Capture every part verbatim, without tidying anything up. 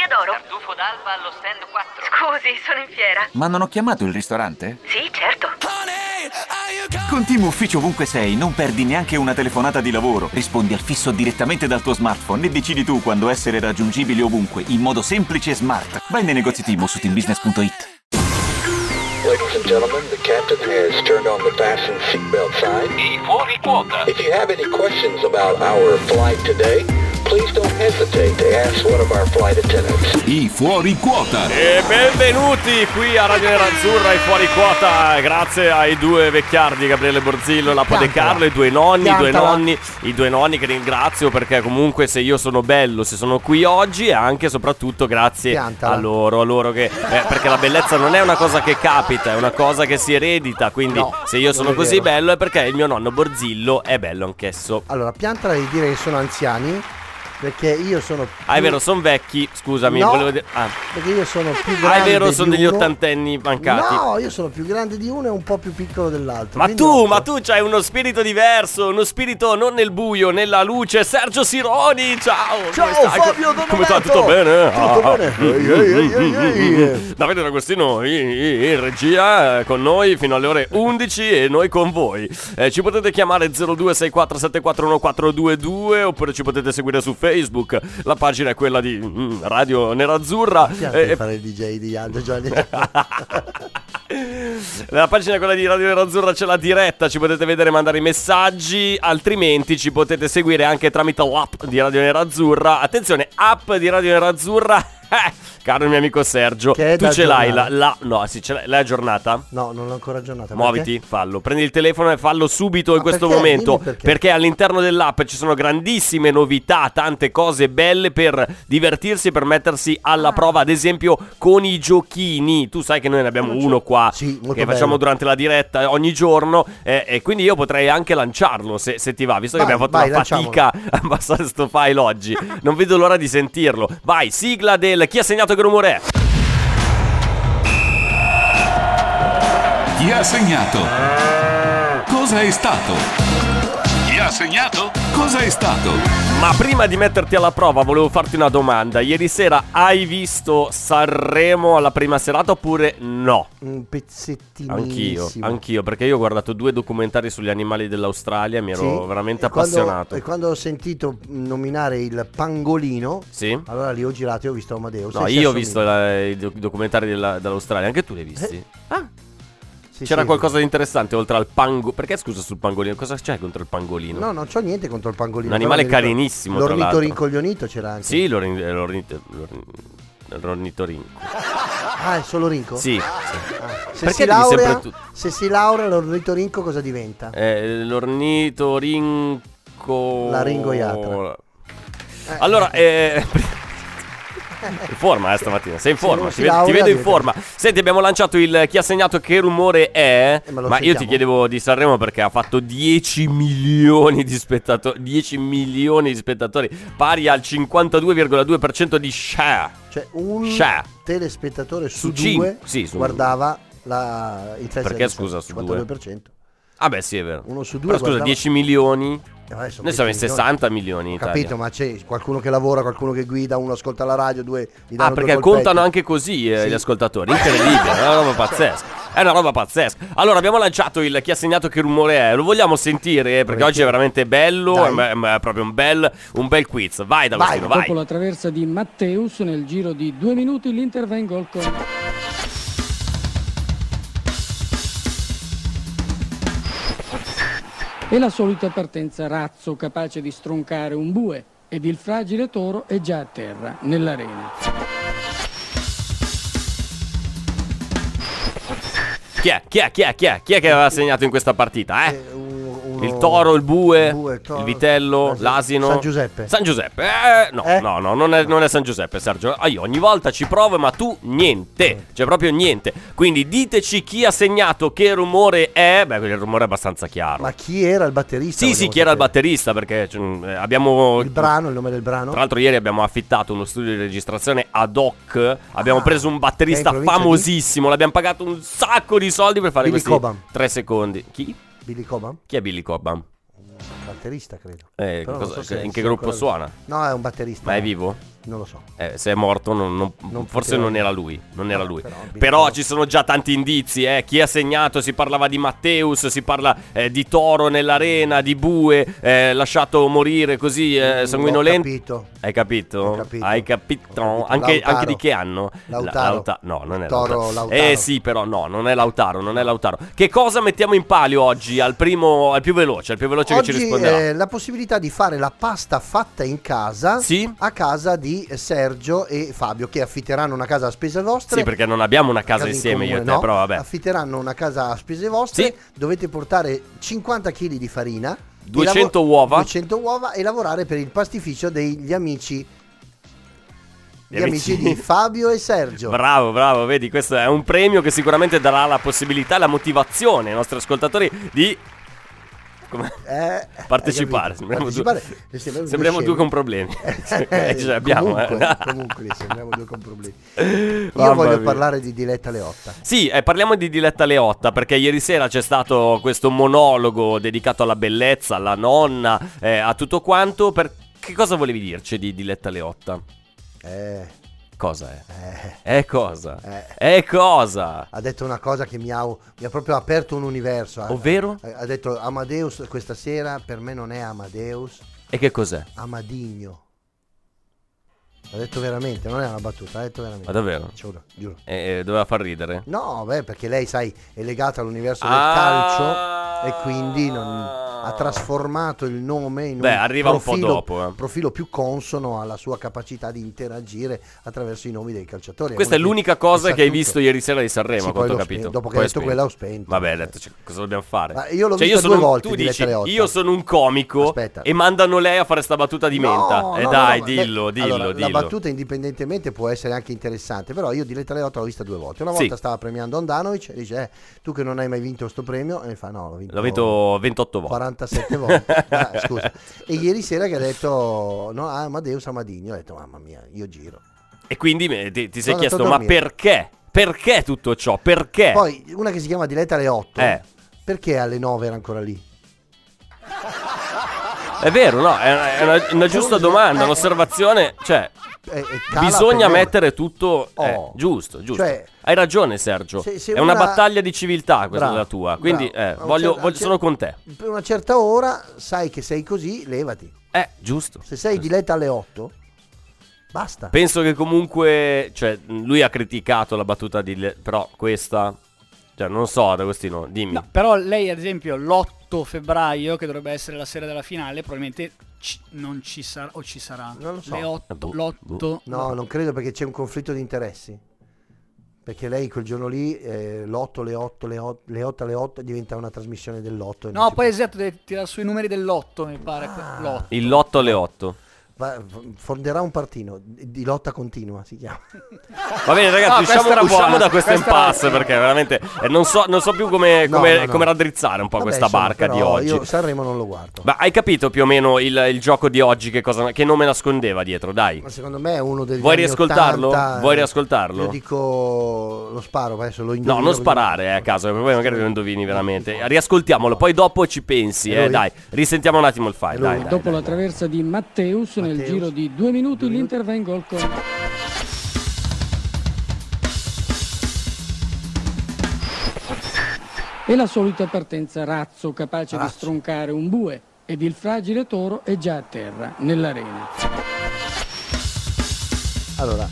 Osteria d'Oro. Tartufo d'alba allo stand quattro. Scusi, sono in fiera. Ma non ho chiamato il ristorante? Sì, certo. Con Team Ufficio ovunque sei, non perdi neanche una telefonata di lavoro. Rispondi al fisso direttamente dal tuo smartphone e decidi tu quando essere raggiungibile ovunque, in modo semplice e smart. Vai nei negozi Team o su team business punto it. Ladies and gentlemen, the captain has turned on the fasten seatbelt sign. I fuori quota. If you have any questions about our flight today, please don't hesitate to ask one of our flight attendants. I fuori quota. E benvenuti qui a Radio Nerazzurra, i fuori quota. Grazie ai due vecchiardi, Gabriele Borzillo e Lappo De Carlo, i due nonni, i due nonni, i due nonni che ringrazio perché comunque se io sono bello, se sono qui oggi è anche e soprattutto grazie Piantala. a loro, a loro che eh, perché la bellezza non è una cosa che capita, è una cosa che si eredita, quindi No, se io sono non è così vero. bello è perché il mio nonno Borzillo è bello anch'esso. Allora, Piantala di dire che sono anziani, perché io sono più... Ah, è vero, sono vecchi, scusami, No, volevo dire... Ah. perché io sono più Ah, grande è vero, di sono degli uno. ottantenni mancati. No, io sono più grande di uno e un po' più piccolo dell'altro. Ma quindi tu, non- ma tu c'hai uno spirito diverso, uno spirito non nel buio, nella luce. Sergio Sironi, ciao. Ciao, come stai? Fabio Co- Come sta? Donovato. Tutto bene? Tutto Ah, bene. ah. Ehi, ehi, ehi, ehi, ehi. Davide D'Agostino in, in- in regia eh, con noi fino alle ore undici e noi con voi. Eh, ci potete chiamare zero due sei quattro sette quattro uno quattro due due oppure ci potete seguire su Facebook. La pagina è quella di mm, Radio Nerazzurra. Mi piace Eh, fare il D J di Aldo Giovanni. La pagina è quella di Radio Nerazzurra, c'è la diretta, ci potete vedere e mandare i messaggi, altrimenti ci potete seguire anche tramite l'app di Radio Nerazzurra. Attenzione, app di Radio Nerazzurra. Eh, caro mio amico Sergio, Che è tu da ce l'hai la, aggiornare. la no, sì, ce l'hai, l'hai aggiornata? No, non l'ho ancora aggiornata. Muoviti, fallo. Prendi il telefono e fallo subito in Ma questo perché? momento. Dimmi perché. Perché all'interno dell'app ci sono grandissime novità, tante cose belle per divertirsi, per mettersi alla Ah. prova, ad esempio con i giochini. Tu sai che noi ne abbiamo uno qua Sì, molto che bello. facciamo durante la diretta ogni giorno. eh, e quindi io potrei anche lanciarlo se, se ti va, visto Vai, che abbiamo fatto vai, una lanciamolo. fatica a passare sto file oggi. Non vedo l'ora di sentirlo. Vai, sigla del Chi ha segnato che rumore è? Chi ha segnato? Cosa è stato? Chi ha segnato? Cosa è stato? Ma prima di metterti alla prova volevo farti una domanda. Ieri sera hai visto Sanremo alla prima serata oppure no? Un pezzettino. Anch'io, anch'io, perché io ho guardato due documentari sugli animali dell'Australia e mi ero veramente e quando- appassionato. E quando ho sentito nominare il pangolino, Sì? allora lì ho girato e ho visto Amadeus. No, e si io ho assomiglia. visto la- i doc- documentari della- dell'Australia, anche tu li hai visti? Eh. Ah, Sì, c'era sì. qualcosa di interessante oltre al pangolino. Perché scusa sul pangolino? Cosa c'è contro il pangolino? No, non c'ho niente contro il pangolino. Un animale però mi ricordo- carinissimo, tra L'ornito l'altro. rincoglionito c'era anche. Sì, l'orni- l'ornito l'orni- l'ornitorinco. Ah, è solo rinco? Sì, sì. Ah, se, Perché si devi laurea, sempre tu- se si laurea l'ornitorinco cosa diventa? Eh, l'ornitorinco. Laringoiatra. Allora, eh. In forma eh, stamattina, sei in Se forma, non ti, si ved- ti laurea, vedo in diventa- forma. Senti, abbiamo lanciato il Chi ha segnato che rumore è. Eh, ma lo ma io ti sentiamo. chiedevo di Sanremo perché ha fatto dieci milioni di spettatori. dieci milioni di spettatori, pari al cinquantadue virgola due per cento di share. Cioè un Share. telespettatore su, Su cin- due sì, su- guardava la, il festival. Perché, di Sanremo, scusa, su due? cinquantadue per cento. Ah beh sì è vero. Uno su due Però scusa, guardava- dieci milioni. Eh, vabbè, sono Noi siamo in venti milioni. sessanta milioni in Ho Italia. capito, ma c'è qualcuno che lavora, qualcuno che guida, uno ascolta la radio, due gli danno Ah, due perché colpetti. contano anche così eh, Sì. gli ascoltatori. Incredibile, è una roba pazzesca. È una roba pazzesca. Allora, abbiamo lanciato il Chi ha segnato che rumore è. Lo vogliamo sentire? eh, Perché oggi è veramente bello. Dai. È, è- è proprio un bel, un bel quiz. Vai, D'Agostino, vai. Dopo la traversa di Matteus, nel giro di due minuti l'Inter va in gol con... E la solita partenza Razzo, capace di stroncare un bue, ed il fragile toro è già a terra, nell'arena. Chi è? Chi è? Chi è? Chi è? Chi è che aveva segnato in questa partita, eh? Eh, un- uno- Il toro, il bue, il bue, il toro, il vitello, eh, sì. l'asino. San Giuseppe. San Giuseppe. Eh, no, Eh? no, no, non è, non è San Giuseppe, Sergio. Ah, io ogni volta ci provo, ma tu niente. Cioè, proprio niente. Quindi diteci chi ha segnato che rumore è. Beh, il rumore è abbastanza chiaro. Ma chi era il batterista? Sì, sì, vogliamo chi era il sapere. batterista? Perché cioè, abbiamo. Il brano, il nome del brano? Tra l'altro ieri abbiamo affittato uno studio di registrazione ad hoc. Abbiamo Ah, preso un batterista che è in provincia di- famosissimo. L'abbiamo pagato un sacco di soldi per fare Billy questi Cobham. tre secondi. Chi? Billy Cobham? Chi è Billy Cobham? Batterista, credo. Eh, Però cosa- non so se- in se che gruppo ancora- suona? No, è un batterista. Ma è vivo? Non lo so. Eh, se è morto non, non, Non forse poteva- non era lui, non era No, lui. però, Però ci sono già tanti indizi, eh. Chi ha segnato, si parlava di Matteus, si parla eh, di Toro nell'arena, di Bue, eh, lasciato morire così eh, Mm, sanguinolento. Ho capito. Hai capito? Ho capito. Hai capito? Ho capito. Anche, Lautaro. anche di che anno? Lautaro. La- Lauta- no, non è Toro Lautaro. Lautaro. Eh sì, però no, non è Lautaro, non è Lautaro. Che cosa mettiamo in palio oggi al primo, al più veloce, al più veloce che ci Oggi risponderà? eh, la possibilità di fare la pasta fatta in casa Sì? a casa di Sergio e Fabio, che affitteranno una casa a spese vostre. Sì, perché non abbiamo una casa in insieme io e comune, te, no. però vabbè. Affitteranno una casa a spese vostre. Sì. Dovete portare cinquanta chili di farina, duecento e lavo- uova. duecento uova e lavorare per il pastificio degli amici Gli gli amici amici- di Fabio e Sergio. Bravo, bravo, vedi, questo è un premio che sicuramente darà la possibilità e la mozione ai nostri ascoltatori di come- Eh, partecipare. hai capito? Sembriamo, Partecipare. due, Eh, sembriamo sembriamo due due con scemi. problemi. Eh, Ce l'abbiamo, comunque, eh. comunque sembriamo due con problemi. Io Mamma voglio mia. parlare di Diletta Leotta. Sì, eh, parliamo di Diletta Leotta perché ieri sera c'è stato questo monologo dedicato alla bellezza, alla nonna, eh, a tutto quanto. Per... Che cosa volevi dirci di Diletta Leotta? Eh, Cosa è? eh, È cosa? Eh. È cosa? ha detto una cosa che mi ha, mi ha proprio aperto un universo. Ha- Ovvero? Ha, ha detto Amadeus questa sera per me non è Amadeus, E che cos'è? Amadigno. Ha detto veramente, non è una battuta, ha detto veramente. Ma davvero? Giuro, giuro. Eh, doveva far ridere. No, beh, perché lei, sai, è legata all'universo del Ah. calcio e quindi non- ha trasformato il nome in Beh, un arriva un po' profilo, dopo, eh. profilo più consono alla sua capacità di interagire attraverso i nomi dei calciatori. Questa è Uno che- l'unica cosa sa che hai tutto. visto ieri sera di Sanremo, Sì, a poi quanto ho l'ho capito. spento. Dopo che Poi ha detto spento. quella ho spento. Vabbè, hai detto, cioè, cosa dobbiamo fare? Ma io l'ho Cioè, vista sono due un- volte tu Diletta dici, Leotta. io sono un comico Aspetta. e mandano lei a fare sta battuta di menta. No, E no, dai, no, dillo, beh, dillo, allora, dillo. La battuta indipendentemente può essere anche interessante, però io Diletta Leotta l'ho vista due volte. Una Sì. volta stava premiando Andanovic e dice, eh, tu che non hai mai vinto sto premio, e mi fa, no, l'ho vinto, L'ho vinto ventotto volte. quarantasette volte. Ah, scusa. E ieri sera che ha detto, no, ah, Amadeus Amadigno, ho detto, mamma mia, io giro. E quindi me- ti, ti sei Sono andato chiesto, a ma dormire. perché? Perché tutto ciò? Perché? Poi una che si chiama Diletta Leotto, Eh. perché alle nove era ancora lì? È vero, no? È una, è una- una giusta domanda, Eh. un'osservazione. Cioè, E- e cala bisogna per me. mettere tutto eh, Oh. giusto, giusto. Cioè, Hai ragione, Sergio. se- se è una una- battaglia di civiltà questa Bravo, la tua. Quindi, bravo. eh, A un voglio, cer- a un voglio- cer- sono con te. Per una certa ora sai che sei così, levati. Eh, giusto. Se sei Diletta alle otto, basta. Penso che comunque, cioè, lui ha criticato la battuta di Le- però questa, cioè, non so, D'Agostino, dimmi. No, però lei ad esempio l'otto febbraio, che dovrebbe essere la sera della finale, probabilmente ci- non ci sarà, o ci sarà. Non lo so. Le otto, Boh, l'otto. No, non credo, perché c'è un conflitto di interessi. Perché lei quel giorno lì, eh, l'otto, le otto, le otto, le otto alle otto diventa una trasmissione dell'otto. e non No, si poi può- esatto, deve tirare sui numeri dell'otto, mi pare. Ah. L'otto. Il lotto alle otto. Va- fonderà un partino di di lotta continua, si chiama. Va bene, ragazzi, Ah, usciamo, questa era usciamo buona, da questo questa era- impasse perché veramente eh, non, so, non so più come, No, come- no, no. come raddrizzare un po' Vabbè, questa insomma, barca di però oggi. Io Sanremo non lo guardo. Ma hai capito più o meno il, il gioco di oggi che, cosa, che nome nascondeva dietro? Dai. Ma secondo me è uno degli Vuoi anni riascoltarlo? ottanta, Vuoi eh, riascoltarlo? Io dico lo sparo, adesso lo No, indovino. non sparare eh, a caso, perché poi magari lo indovini veramente. Riascoltiamolo, poi dopo ci pensi, E eh, lui? dai. Risentiamo un attimo il file, E lui? dai, dai, Dopo dai, la dai. traversa di Matteus, nel Matteus. giro di due minuti l'intervengo al con... E la solita partenza razzo capace Razzo. di stroncare un bue ed il fragile toro è già a terra nell'arena. Allora,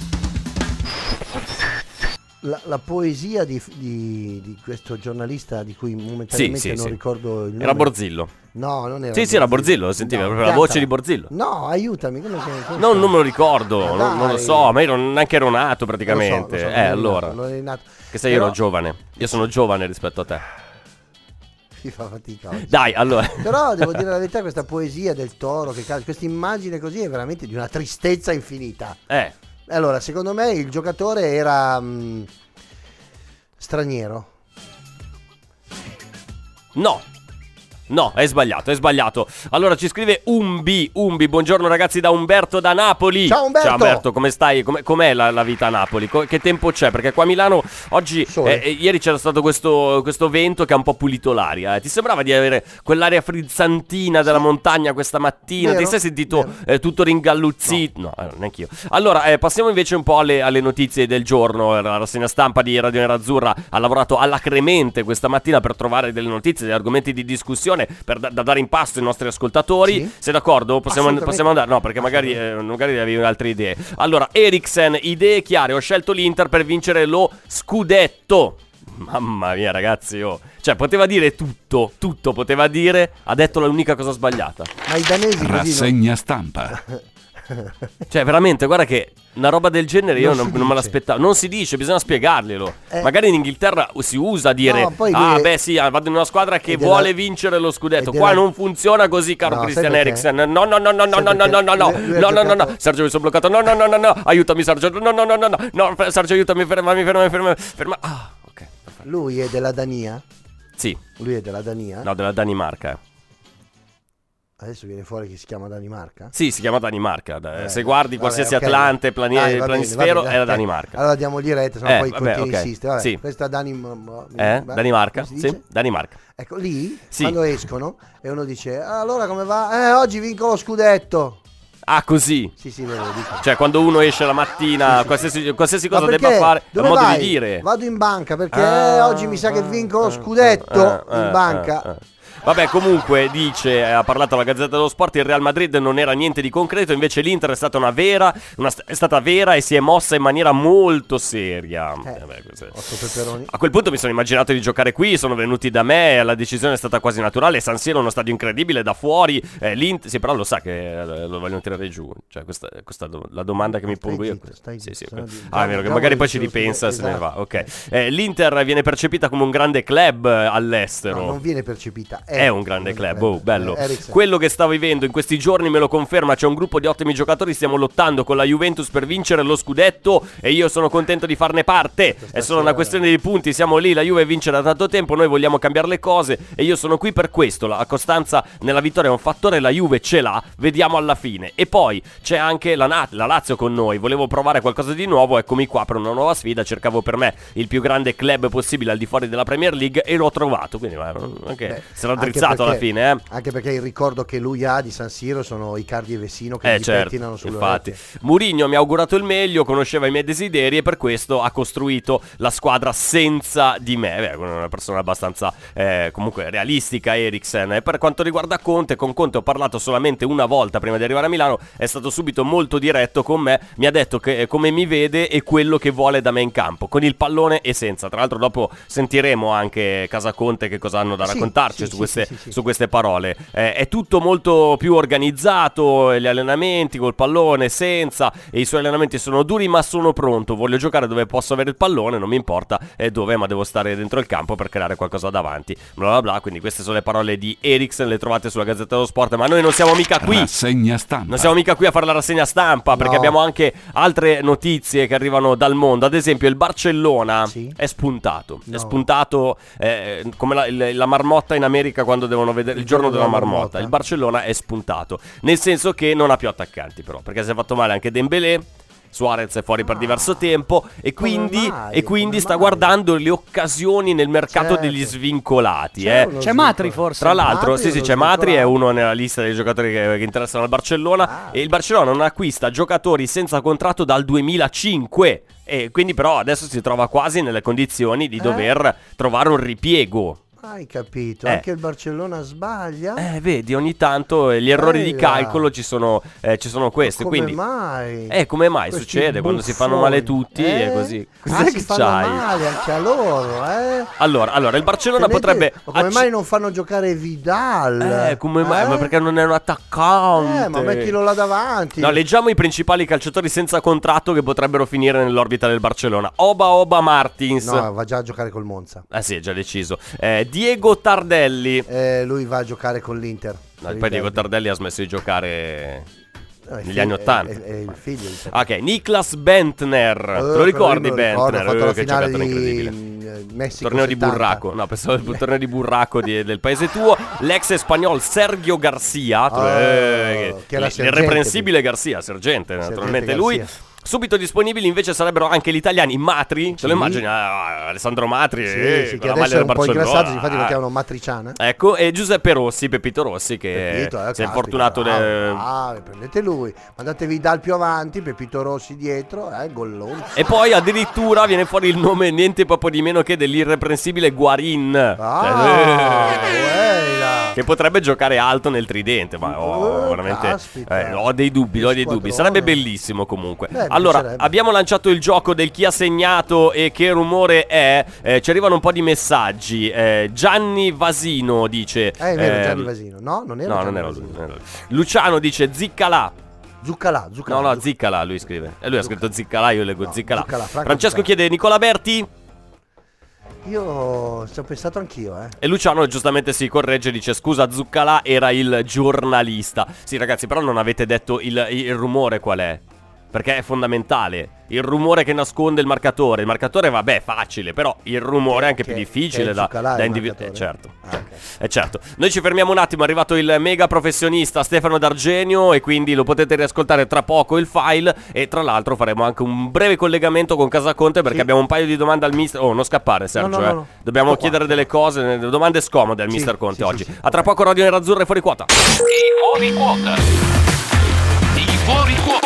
la, la poesia di, di- di questo giornalista di cui momentaneamente Sì, sì, non sì. ricordo il nome. Era Borzillo. No, non era Sì, sì, era Borzillo, lo sentivo, proprio la cantala. voce di Borzillo. No, aiutami, come si come No, si non me lo ricordo, Ma non, non lo dai. so, ma io non, neanche ero nato chiama? praticamente. Lo so, lo so, non eh, eri allora. nato, non eri nato. Che sai, Però io ero giovane. Io sono giovane rispetto a te. si fa fatica oggi. Dai, allora. Però devo dire la verità, questa poesia del toro, che cazzo, questa immagine così è veramente di una tristezza infinita. Eh, Allora, secondo me il giocatore era mh, straniero. no. No, è sbagliato, è sbagliato. Allora ci scrive Umbi, Umbi, buongiorno ragazzi da Umberto da Napoli. Ciao Umberto. Ciao Umberto, come stai? Com'è, com'è la, la vita a Napoli? Co- che tempo c'è? Perché qua a Milano oggi, eh, eh, ieri c'era stato questo, questo vento che ha un po' pulito l'aria. Eh. Ti sembrava di avere quell'aria frizzantina della montagna questa mattina? Vero, Ti sei sentito eh, tutto ringalluzzito? No, no eh, neanch'io. Allora, eh, passiamo invece un po' alle, alle notizie del giorno. La rassegna stampa di Radio Nerazzurra ha lavorato alacremente questa mattina per trovare delle notizie, degli argomenti di discussione per da, da dare in pasto ai nostri ascoltatori. Sì. Sei d'accordo? Possiamo, possiamo andare? No, perché magari, eh, magari avevi altre idee. Allora, Eriksen, idee chiare. Ho scelto l'Inter per vincere lo scudetto. Mamma mia ragazzi, oh. Cioè poteva dire tutto, tutto poteva dire. Ha detto l'unica cosa sbagliata. Ma i danesi rassegna stampa. Cioè veramente, guarda che una roba del genere io non, non, non me l'aspettavo. Non si dice, bisogna spiegarglielo. eh. Magari in Inghilterra si usa a dire no, Ah è... beh sì, vado in una squadra che della... vuole vincere lo scudetto. Qua della... non funziona così, caro no, Christian Eriksen. No no no no no no no no no no no no no no no Sergio, mi sono bloccato. No no no no no aiutami Sergio. No no no no no no Sergio, aiutami, fermami, fermami, fermami, ferma. Ah, ok. Perfetto. Lui è della Dania? Sì. Lui è della Dania? No, della Danimarca. Adesso viene fuori che si chiama Danimarca? Sì, si chiama Danimarca. Eh, Se guardi vabbè, qualsiasi okay. Atlante, plani- dai, planisfero, bene, è la Danimarca. Allora diamo diretta, sennò eh, poi vabbè, continui okay. insiste. Vabbè, sì. Questa Danim- eh? Danimarca? Sì, Danimarca. Ecco, lì, sì. quando escono, e uno dice, ah, allora come va? Eh, oggi vinco lo scudetto. Ah, così? Sì, sì, ve lo dico. Cioè, quando uno esce la mattina, sì, sì, qualsiasi, sì. qualsiasi cosa debba fare, è un modo vai? di dire. Vado in banca perché ah, oggi mi sa che vinco lo scudetto ah, ah, in banca. Ah, ah. Vabbè, comunque dice, ha parlato la Gazzetta dello Sport, il Real Madrid non era niente di concreto, invece l'Inter è stata una vera, una, è stata vera e si è mossa in maniera molto seria. Eh, eh beh, così. otto peperoni. A quel punto mi sono immaginato di giocare qui, sono venuti da me, la decisione è stata quasi naturale, San Siro è uno stadio incredibile da fuori, eh, l'Inter, sì, però lo sa che eh, lo vogliono tirare giù, cioè questa, questa do, la domanda che mi pongo io. Stai sì, sì, zitto, sì. Ah, è vero, che magari poi ci ripensa e se ne va, ok. Eh, L'Inter viene percepita come un grande club all'estero. No, non viene percepita, è, è un grande club. Oh, bello. Quello che sta vivendo in questi giorni me lo conferma. C'è un gruppo di ottimi giocatori. Stiamo lottando con la Juventus per vincere lo scudetto e io sono contento di farne parte. È solo una questione di punti. Siamo lì, la Juve vince da tanto tempo. Noi vogliamo cambiare le cose e io sono qui per questo. La costanza nella vittoria è un fattore. La Juve ce l'ha. Vediamo alla fine. E poi c'è anche la, Na- la Lazio con noi. Volevo provare qualcosa di nuovo. Eccomi qua per una nuova sfida. Cercavo per me il più grande club possibile al di fuori della Premier League e l'ho trovato. Quindi anche Beh, sarà drizzato perché, alla fine. Eh. Anche perché il ricordo che lui ha di San Siro sono i Cardi e Vessino che eh, gli certo, pettinano sulle infatti. rete. Mourinho mi ha augurato il meglio, conosceva i miei desideri e per questo ha costruito la squadra senza di me. Beh, è una persona abbastanza eh, comunque realistica, Eriksen. E per quanto riguarda Conte, con Conte ho parlato solamente una volta prima di arrivare a Milano, è stato subito molto diretto con me, mi ha detto che come mi vede e quello che vuole da me in campo, con il pallone e senza. Tra l'altro dopo sentiremo anche Casa Conte che cosa hanno da sì, raccontarci sì, su, sì, queste, sì, sì, sì. su queste parole. Eh, è tutto molto più organizzato, gli allenamenti col pallone, senza, e i suoi allenamenti sono duri ma sono pronto, voglio giocare dove posso avere il pallone, non mi importa eh, dove, ma devo stare dentro il campo per creare qualcosa davanti, bla bla bla. Quindi queste sono le parole di Eriksen, le trovate sulla Gazzetta dello Sport, ma noi non siamo mica qui rassegna stampa. Non siamo mica qui a fare la rassegna stampa, perché no. abbiamo anche altre notizie che arrivano dal mondo. Ad esempio il Barcellona sì. è spuntato, no. è spuntato eh, come la, la marmotta in America quando devono vedere il, il giorno della marmotta. marmotta. Il Barcellona è spuntato, nel senso che non ha più attaccanti però, perché si è fatto male anche Dembélé, Suarez è fuori ah, per diverso tempo e quindi, mai, e quindi sta mai? guardando le occasioni nel mercato certo. degli svincolati. C'è, eh. c'è Matri forse. Tra l'altro, Matri sì, sì, c'è Matri, è uno nella lista dei giocatori che, che interessano al Barcellona. Ah. E il Barcellona non acquista giocatori senza contratto dal duemilacinque. E quindi, però, adesso si trova quasi nelle condizioni di eh? dover trovare un ripiego. Hai capito, eh. anche il Barcellona sbaglia. Eh, vedi, ogni tanto gli errori Eila. di calcolo ci sono, eh, ci sono questi. Ma come quindi, mai? Eh, come mai Questi succede buffoni. quando si fanno male tutti eh? e così. Cos'è ah, che si fanno c'hai? male anche a loro, eh? Allora, allora il Barcellona Tenete, potrebbe. Ma come acc- mai non fanno giocare Vidal? Eh, come mai? Eh? Ma perché non è un attaccante? Eh, ma mettilo là davanti. No, leggiamo i principali calciatori senza contratto che potrebbero finire nell'orbita del Barcellona. Oba Oba Martins. No, va già a giocare col Monza. Ah sì, è già deciso. Eh, Diego Tardelli. Eh, lui va a giocare con l'Inter. No, poi Diego Tardelli ha smesso di giocare. No, negli figlio, anni ottanta. È, è, è il figlio di Ok, Niklas Bentner, Eh, te lo ricordi quello lì me lo ricordo, Bentner? ha fatto Eh, la che finale giocatore incredibile. di eh, Messico Torneo di settanta. burraco, no, pensavo il torneo di burraco di- del paese tuo. L'ex spagnol Sergio Garcia, Oh, eh, che era sergente, l'irreprensibile Garcia, sergente, naturalmente Sergente lui. Garcia. Subito disponibili invece sarebbero anche gli italiani Matri, te lo Sì. immagini? Ah, Alessandro Matri, Sì, eh, sì, con che la adesso maglia è del un po' Barcellona. ingrassato, infatti lo Ah. chiamano Matriciana. Ecco, e Giuseppe Rossi, Pepito Rossi, che Pepito, eh, si è caspita, infortunato. bravo, de- bravo, prendete lui, mandatevi Dal più avanti, Pepito Rossi dietro, eh, gollone. E poi addirittura viene fuori il nome niente proprio di meno che dell'irreprensibile Guarin. Ah, Eh, quella. che potrebbe giocare alto nel tridente, ma ho Eh, veramente caspita. eh, ho dei dubbi, Che ho dei dubbi. squadrone. Sarebbe bellissimo comunque. Beh, mi allora, piacerebbe. abbiamo lanciato il gioco del chi ha segnato e che rumore è. Eh, ci arrivano un po' di messaggi. Eh, Gianni Vasino dice Eh, è vero, ehm, Gianni Vasino. No, non era No, Gianni non era lui, Vasino. non era lui. Luciano dice Ziccalà. Zuccalà, Zuccalà. No, no, Zuc- Ziccalà lui scrive. E lui ha scritto Ziccalà, io leggo No, Ziccalà. Zuccalà, Franco Francesco Zuccalà. chiede Nicola Berti. Io ci ho pensato anch'io, eh. E Luciano giustamente si corregge, dice scusa, Zuccalà era il giornalista. Sì ragazzi, però non avete detto il, il rumore qual è, perché è fondamentale. Il rumore che nasconde il marcatore. Il marcatore vabbè è facile, però il rumore è anche Che- più che difficile è da, Zuccalà da il individuare. Eh, marcatore? certo. Ah, ok. Eh certo. Noi ci fermiamo un attimo, è arrivato il mega professionista Stefano D'Argenio e quindi lo potete riascoltare tra poco il file. E tra l'altro faremo anche un breve collegamento con Casaconte perché Sì. abbiamo un paio di domande al mister. Oh, non scappare Sergio, No, no, eh. no, no. Dobbiamo Sto qua. chiedere delle cose, domande scomode al Sì, mister Conte sì, oggi. sì, sì. A tra poco Radio Nerazzurra e fuori quota. I fuori quota. I fuori quota.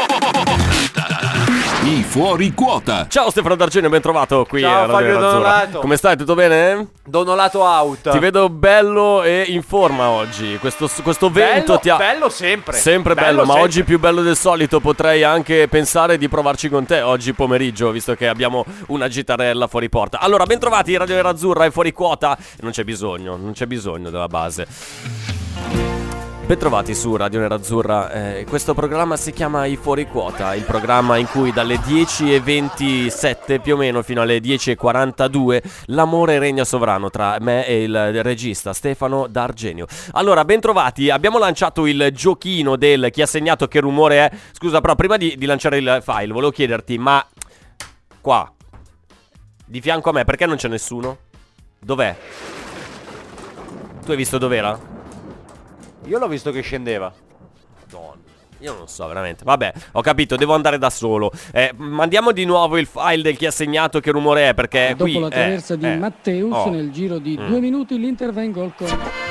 I fuori quota. Ciao Stefano D'Argenio, ben trovato qui Ciao, a Radio Fabio Nerazzurra. Donolato. Come stai? Tutto bene? Donolato out. Ti vedo bello e in forma oggi. Questo, questo vento bello, ti ha... bello sempre. Sempre bello, ma sempre. oggi più bello del solito. Potrei anche pensare di provarci con te oggi pomeriggio, visto che abbiamo una gitarella fuori porta. Allora, ben trovati, Radio Nerazzurra è fuori quota. Non c'è bisogno, non c'è bisogno della base. Bentrovati su Radio Nerazzurra, eh, questo programma si chiama I Fuori Quota, il programma in cui dalle dieci e ventisette più o meno fino alle dieci e quarantadue l'amore regna sovrano tra me e il regista Stefano D'Argenio. Allora, bentrovati, abbiamo lanciato il giochino del chi ha segnato che rumore è. Scusa, però prima di, di lanciare il file volevo chiederti, ma qua, di fianco a me, perché non c'è nessuno? Dov'è? Tu hai visto dov'era? Io l'ho visto che scendeva. Madonna, io non so veramente. Vabbè, ho capito, devo andare da solo. eh, Mandiamo di nuovo il file del chi ha segnato che rumore è, perché Dopo qui la traversa eh, di eh. Matteus, Oh. nel giro di Mm. due minuti l'Inter va in gol con...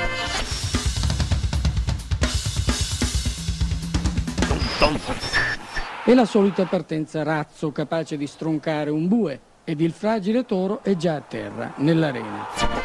E la solita partenza razzo capace di stroncare un bue ed il fragile toro è già a terra nell'arena.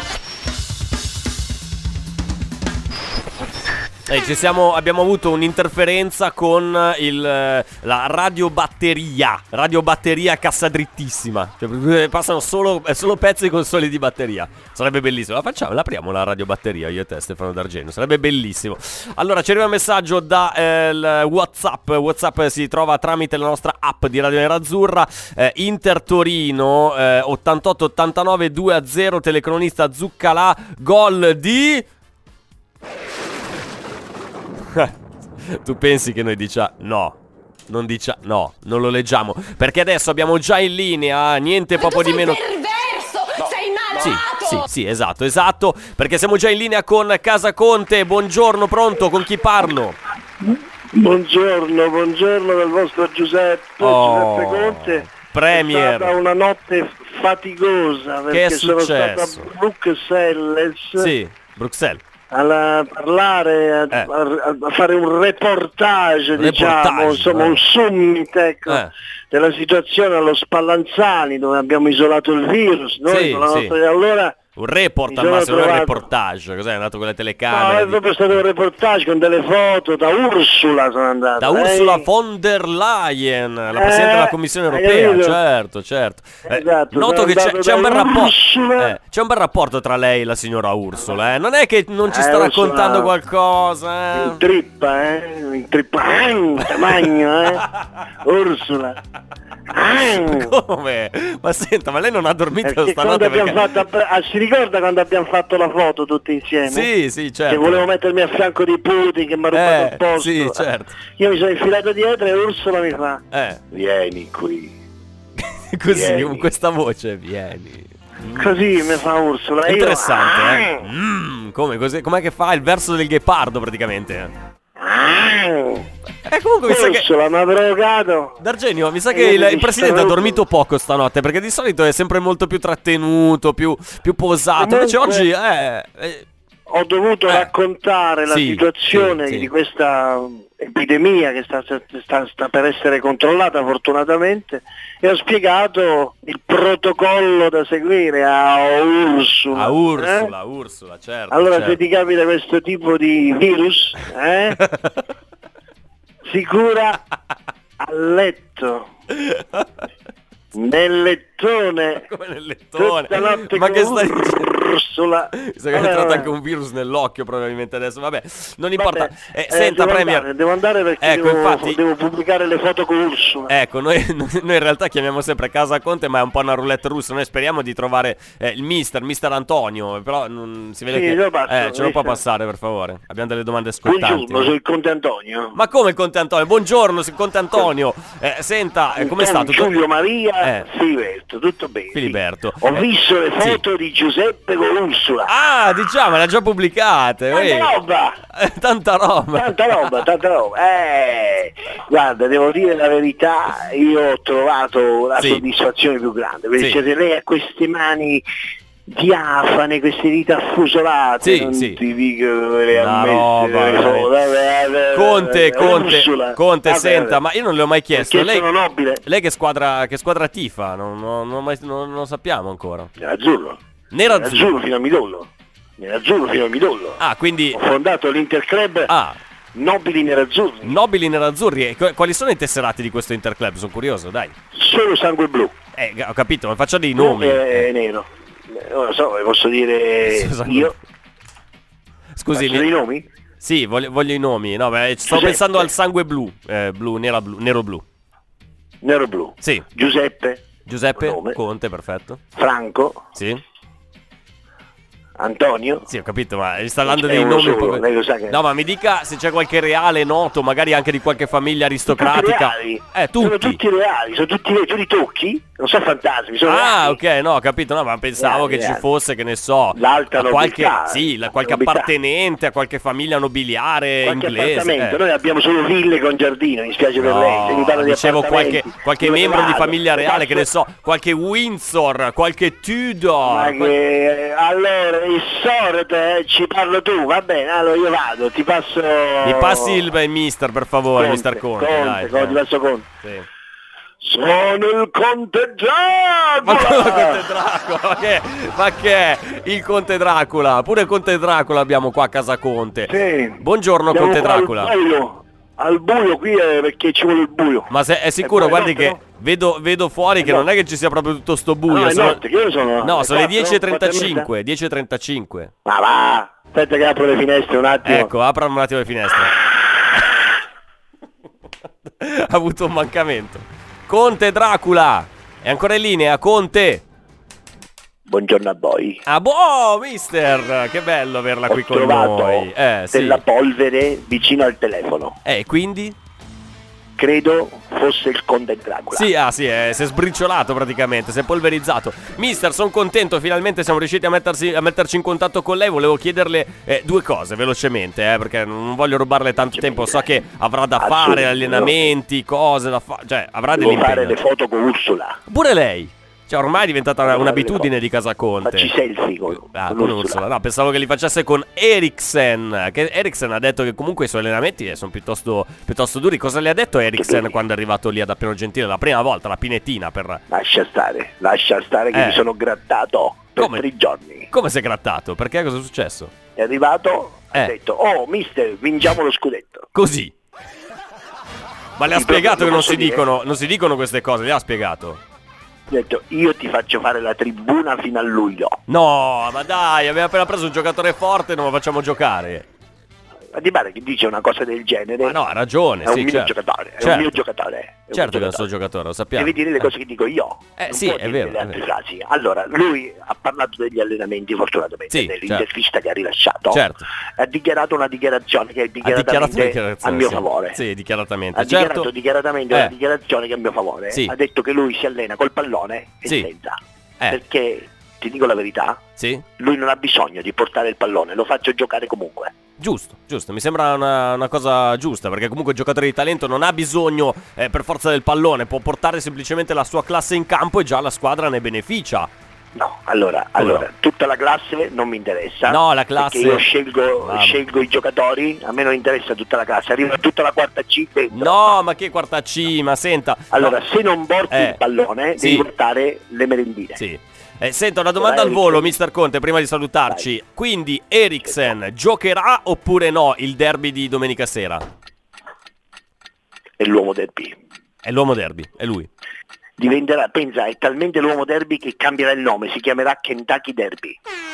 Eh, ci siamo, abbiamo avuto un'interferenza con il, la radiobatteria. Radiobatteria cassa drittissima. Cioè, passano solo, solo pezzi con soli di batteria. Sarebbe bellissimo. La facciamo, l'apriamo la radiobatteria, io e te, Stefano D'Argenio. Sarebbe bellissimo. Allora, ci arriva un messaggio da eh, WhatsApp. WhatsApp si trova tramite la nostra app di Radio Nerazzurra. eh, Inter Torino eh, ottantotto ottantanove due a zero. Telecronista Zuccalà. Gol di... Tu pensi che noi diciamo no, non diciamo no, non lo leggiamo, perché adesso abbiamo già in linea niente proprio di meno. Perverso, sei Sì, malato. sì, sì, esatto, esatto, perché siamo già in linea con Casaconte. Buongiorno, pronto, con chi parlo? Buongiorno, buongiorno dal vostro Giuseppe, Oh, Giuseppe Conte. Premier. È stata una notte faticosa perché è sono stato successo? a Bruxelles Sì, Bruxelles. a parlare, a, Eh. a- a fare un reportage, diciamo, Reportage, insomma eh. un summit, ecco, Eh. della situazione allo Spallanzani dove abbiamo isolato il virus. Noi Sì, con la sì. nostra... allora Un report Mi al sono massimo, non un trovato- reportage. Cos'è? È andato con le no, telecamere è di- proprio stato un reportage con delle foto da Ursula, sono andato. Da Ursula eh. von der Leyen, la Eh, Presidente della Commissione hai Europea, capito? certo, certo. Eh, Esatto, noto sono che c'è, andato c'è un da bel rapporto. Ursula. eh, c'è un bel rapporto tra lei e la signora Ursula, eh. Non è che non ci Eh, sta Ursula- raccontando qualcosa, In eh. trippa, eh? In trippa, magno, eh? Ursula. Come? Ma senta, ma lei non ha dormito Perché stanotte quando abbiamo perché... fatto, ah, si ricorda quando abbiamo fatto la foto tutti insieme? Sì, sì, certo. Che volevo mettermi a fianco di Putin che mi ha rubato Eh, il posto. sì, certo. Io mi sono infilato dietro e Ursula mi fa: Eh, vieni qui. così, Vieni. con questa voce, vieni. Così mi fa Ursula. e io, Interessante, "Ah!" eh? Mm, come? Così, com'è che fa il verso del ghepardo praticamente? Eh, comunque mi sa che... Ursula mi ha provocato. D'Argenio, mi sa E che io il, mi il presidente ha distruggo. dormito poco stanotte, perché di solito è sempre molto più trattenuto, più, più posato. Invece Comunque- oggi eh, eh, Ho dovuto Eh. raccontare la Sì, situazione sì, sì. di questa epidemia che sta, sta- sta per essere controllata fortunatamente e ho spiegato il protocollo da seguire a Ursula. a Ursula, eh? Ursula, certo. Allora certo. se ti capita questo tipo di virus, eh? si cura a letto, nel lettone, Come nel lettone. tutta notte Ma con che stai dicendo? Ursula. Mi sa che è Vabbè, entrato vabbè. anche un virus nell'occhio probabilmente adesso. Vabbè, non importa. Vabbè, Eh, eh, senta, devo Premier. andare, devo andare perché Ecco, devo, infatti- devo pubblicare le foto con Ursula. Ecco, noi, noi in realtà chiamiamo sempre Casa Conte, ma è un po' una roulette russa. Noi speriamo di trovare eh, il mister, mister Antonio. Però non, si vede Sì, che lo passo, eh, ce lo può mister. passare, per favore. Abbiamo delle domande scottanti. Buongiorno, sono il Conte Antonio. Ma come il Conte Antonio? Buongiorno, il Conte Antonio. Eh, senta, eh, com'è stato? Giulio Maria Eh. Filiberto, tutto bene. Filiberto. Ho Eh, visto le sì. foto di Giuseppe con Ursula. Ah, diciamo, le ha già pubblicate. Tanta uè. roba! Eh, tanta roba. Tanta roba, tanta roba. Eh, guarda, devo dire la verità, io ho trovato la Sì. soddisfazione più grande, perché Sì. siete lei ha queste mani diafane, queste dita affusolate, Sì, non sì. ti dico le La ha messe roba, le foto, veramente. vabbè, Conte, vabbè, Conte, Ursula. Conte, Vabbè, senta, vabbè. ma io non le ho mai chiesto. Perché Lei, sono nobile, lei che squadra, che squadra tifa? Non, non, non, mai- non- non lo sappiamo ancora. nerazzurro, Nerazzurro. nerazzurro fino a midollo, nerazzurro fino a midollo. Ah, quindi... Ho fondato l'Interclub Ah, Nobili Nerazzurri, nobili nerazzurri. E qu- quali sono i tesserati di questo Interclub? Sono curioso, dai. solo sangue blu, Eh, ho capito, ma faccia dei nomi. e Eh, nero. Eh, Non lo so, vi posso dire Sangue- io. Scusi, Faccio mi- dei nomi? sì, voglio, voglio i nomi. No, beh, stavo Giuseppe. pensando al sangue blu. Eh, blu, nera, blu, nero blu. Nero blu. Sì. Giuseppe, Giuseppe Nome. Conte, perfetto. Franco, Sì. Antonio. Sì, ho capito, ma sta dando È dei uno nomi un solo, po'. lei lo sa che- No, ma mi dica se c'è qualche reale noto, magari anche di qualche famiglia Tutti aristocratica. reali. Eh, Sono tutti. tutti reali, sono tutti reali. Tu li tocchi? Non sono fantasmi, sono Ah, reali. ok, no, ho capito, no, ma pensavo Reali, che ci reali. fosse, che ne so, L'alta a qualche, nobiltà, sì, la- qualche nobiltà. appartenente a qualche famiglia nobiliare Qualche inglese. appartamento, eh. noi abbiamo solo ville con giardino, mi spiace per lei. Se mi parla No, di dicevo qualche, appartamenti, qualche dove membro di vado? famiglia reale, che ne Passo- so, qualche Windsor, qualche Tudor. Ma qual- che, allora il sorte eh, ci parlo tu, va bene, allora io vado, ti passo. Mi passi il beh, mister, per favore, Conte, mister Conte, Conte, dai. Conte, eh. ti passo Conte. Sì. Sono il Conte Ma come il Dracula! Conte Dracula? Ma che, ma che è il Conte Dracula? Pure il Conte Dracula abbiamo qua a casa Conte. Sì. Buongiorno Siamo Conte qua Dracula. Al buio, al buio qui è perché ci vuole il buio. Ma se, è sicuro, E poi guardi notte, che no? vedo, vedo fuori È che non notte. è che ci sia proprio tutto sto buio. No, è sono- notte, che ore sono? No, Le sono le quattro? dieci e Quattro e trentacinque. dieci e trentacinque. Ma va, aspetta che apro le finestre un attimo. Ecco, apra un attimo le finestre. Ha avuto un mancamento. Conte Dracula. È ancora in linea, Conte. Buongiorno a voi. Ah, boh, mister. Che bello averla Ho qui con trovato noi. Eh, sì. della polvere vicino al telefono. Eh, quindi? Credo fosse il Conte Dracula. Sì, ah sì, eh, si è sbriciolato praticamente, si è polverizzato. Mister, sono contento, finalmente siamo riusciti a, mettersi, a metterci in contatto con lei. Volevo chiederle eh, due cose velocemente, eh, perché non voglio rubarle tanto tempo. So che avrà da fare Assolutamente. allenamenti, cose da fare, cioè avrà Devo fare dell'impegno. le foto con Ursula. Pure lei. Cioè ormai è diventata Devo fare un'abitudine le di Casa Conte. Facci selfie con, Ah, con con Ursula. Ursula. No, pensavo che li facesse con Eriksen. Che Eriksen ha detto che comunque i suoi allenamenti eh, sono piuttosto, piuttosto duri. Cosa le ha detto Eriksen duri. quando è arrivato lì ad Appiano Gentile la prima volta, la pinetina per... Lascia stare, lascia stare che Eh. mi sono grattato per Come? tre giorni. Come si è grattato? Perché cosa è successo? È arrivato, Eh. ha detto, oh mister, vinciamo lo scudetto. Così. Ma le ha Sì, spiegato proprio, che lo non posso si, dire? dicono, non si dicono queste cose, le ha spiegato. Ha detto, io ti faccio fare la tribuna fino a luglio. No, ma dai, abbiamo appena preso un giocatore forte e non lo facciamo giocare. Di Bari che dice una cosa del genere. Ma no, ha ragione, è sì, un mio certo. giocatore, è certo. un mio giocatore. È certo un che è un suo giocatore, lo sappiamo. Devi dire le cose che dico io. Eh non sì, può è dire vero. le È altre vero. frasi. Allora, lui ha parlato degli allenamenti fortunatamente Sì, nell'intervista che ha rilasciato. Certo. Ha dichiarato una dichiarazione che è Ha dichiarato dichiaratamente dichiarazione, a mio sì. favore. Sì, dichiaratamente. Ha dichiarato certo. dichiaratamente Eh. una dichiarazione che è a mio favore. Sì. Ha detto che lui si allena col pallone e Sì. senza. Eh. Perché, ti dico la verità, Sì? lui non ha bisogno di portare il pallone, lo faccio giocare comunque. Giusto, giusto, mi sembra una, una cosa giusta, perché comunque il giocatore di talento non ha bisogno eh, per forza del pallone, può portare semplicemente la sua classe in campo e già la squadra ne beneficia. No, allora, Come allora no? tutta la classe non mi interessa. No, la classe- Perché io scelgo, Bravo. scelgo i giocatori, a me non interessa tutta la classe, arriva tutta la quarta C dentro. No, ma che quarta C, ma senta. Allora, no. se non porti Eh, il pallone, sì. devi portare le merendine. Sì. Eh, senta, una domanda al volo, mister Conte, prima di salutarci. Quindi Eriksen giocherà oppure no il derby di domenica sera? È l'uomo derby. È l'uomo derby, è lui. Diventerà, pensa, è talmente l'uomo derby che cambierà il nome, si chiamerà Kentucky Derby.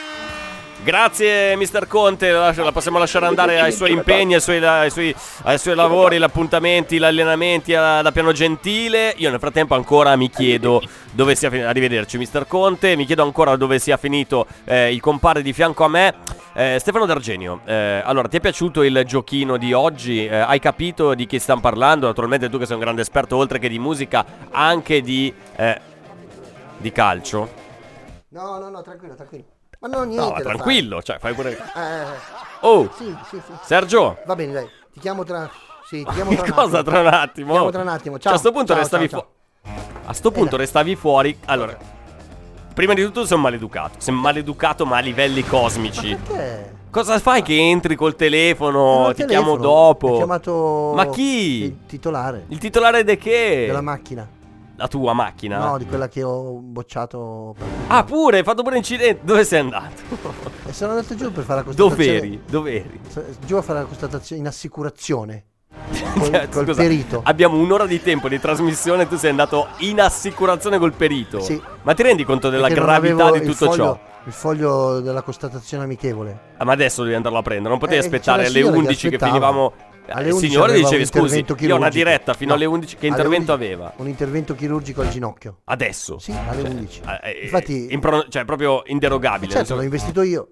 Grazie mister Conte, la, la possiamo lasciare andare ai suoi impegni, ai suoi, ai suoi, ai suoi lavori, gli appuntamenti, gli allenamenti a- da Piano Gentile. Io nel frattempo ancora mi chiedo dove sia finito, arrivederci mister Conte, mi chiedo ancora dove sia finito eh, il compare di fianco a me, eh, Stefano D'Argenio. Eh, allora, ti è piaciuto il giochino di oggi? Eh, hai capito di chi stiamo parlando? Naturalmente tu che sei un grande esperto, oltre che di musica, anche di, eh, di calcio. No, no, no, tranquillo, tranquillo. Ma no, niente. No, da tranquillo, cioè fai pure... fare. Eh, Oh, sì, sì, sì. Sergio. Va bene, dai. Ti chiamo tra... Sì, ti chiamo tra un Cosa attimo. tra un attimo? Ti chiamo tra un attimo. Ciao. Cioè, a sto punto ciao, restavi ciao, fuori. A sto punto Eh, dai. restavi fuori. Allora, prima di tutto sei un maleducato. Sei un maleducato ma a livelli cosmici. Perché? Cosa fai che entri col telefono? Non ho Ti il chiamo telefono. dopo. Ho chiamato... Ma chi? Il titolare Il titolare di che? della macchina. La tua macchina? No, di quella che ho bocciato. Ah, pure, hai fatto pure incidente. Dove sei andato? E sono andato giù per fare la constatazione. Dov'eri? Dov'eri? So- Giù a fare la constatazione in assicurazione. Col, Cioè, col scusa, perito. abbiamo un'ora di tempo di trasmissione e tu sei andato in assicurazione col perito. Sì. Ma ti rendi conto della Perché non gravità avevo di il tutto foglio- ciò? Il foglio della constatazione amichevole. Ah, ma adesso devi andarlo a prendere, non potevi Eh, aspettare c'era alle il signore che undici che aspettava. finivamo. Alle Eh, undici signore aveva dicevi un scusi, intervento io ho una chirurgico. diretta fino No, alle undici. Che alle intervento undici aveva? Un intervento chirurgico al ginocchio. Adesso? Sì, alle undici. Eh, eh, Infatti, impro- cioè proprio inderogabile. certo, non l'ho so- investito io.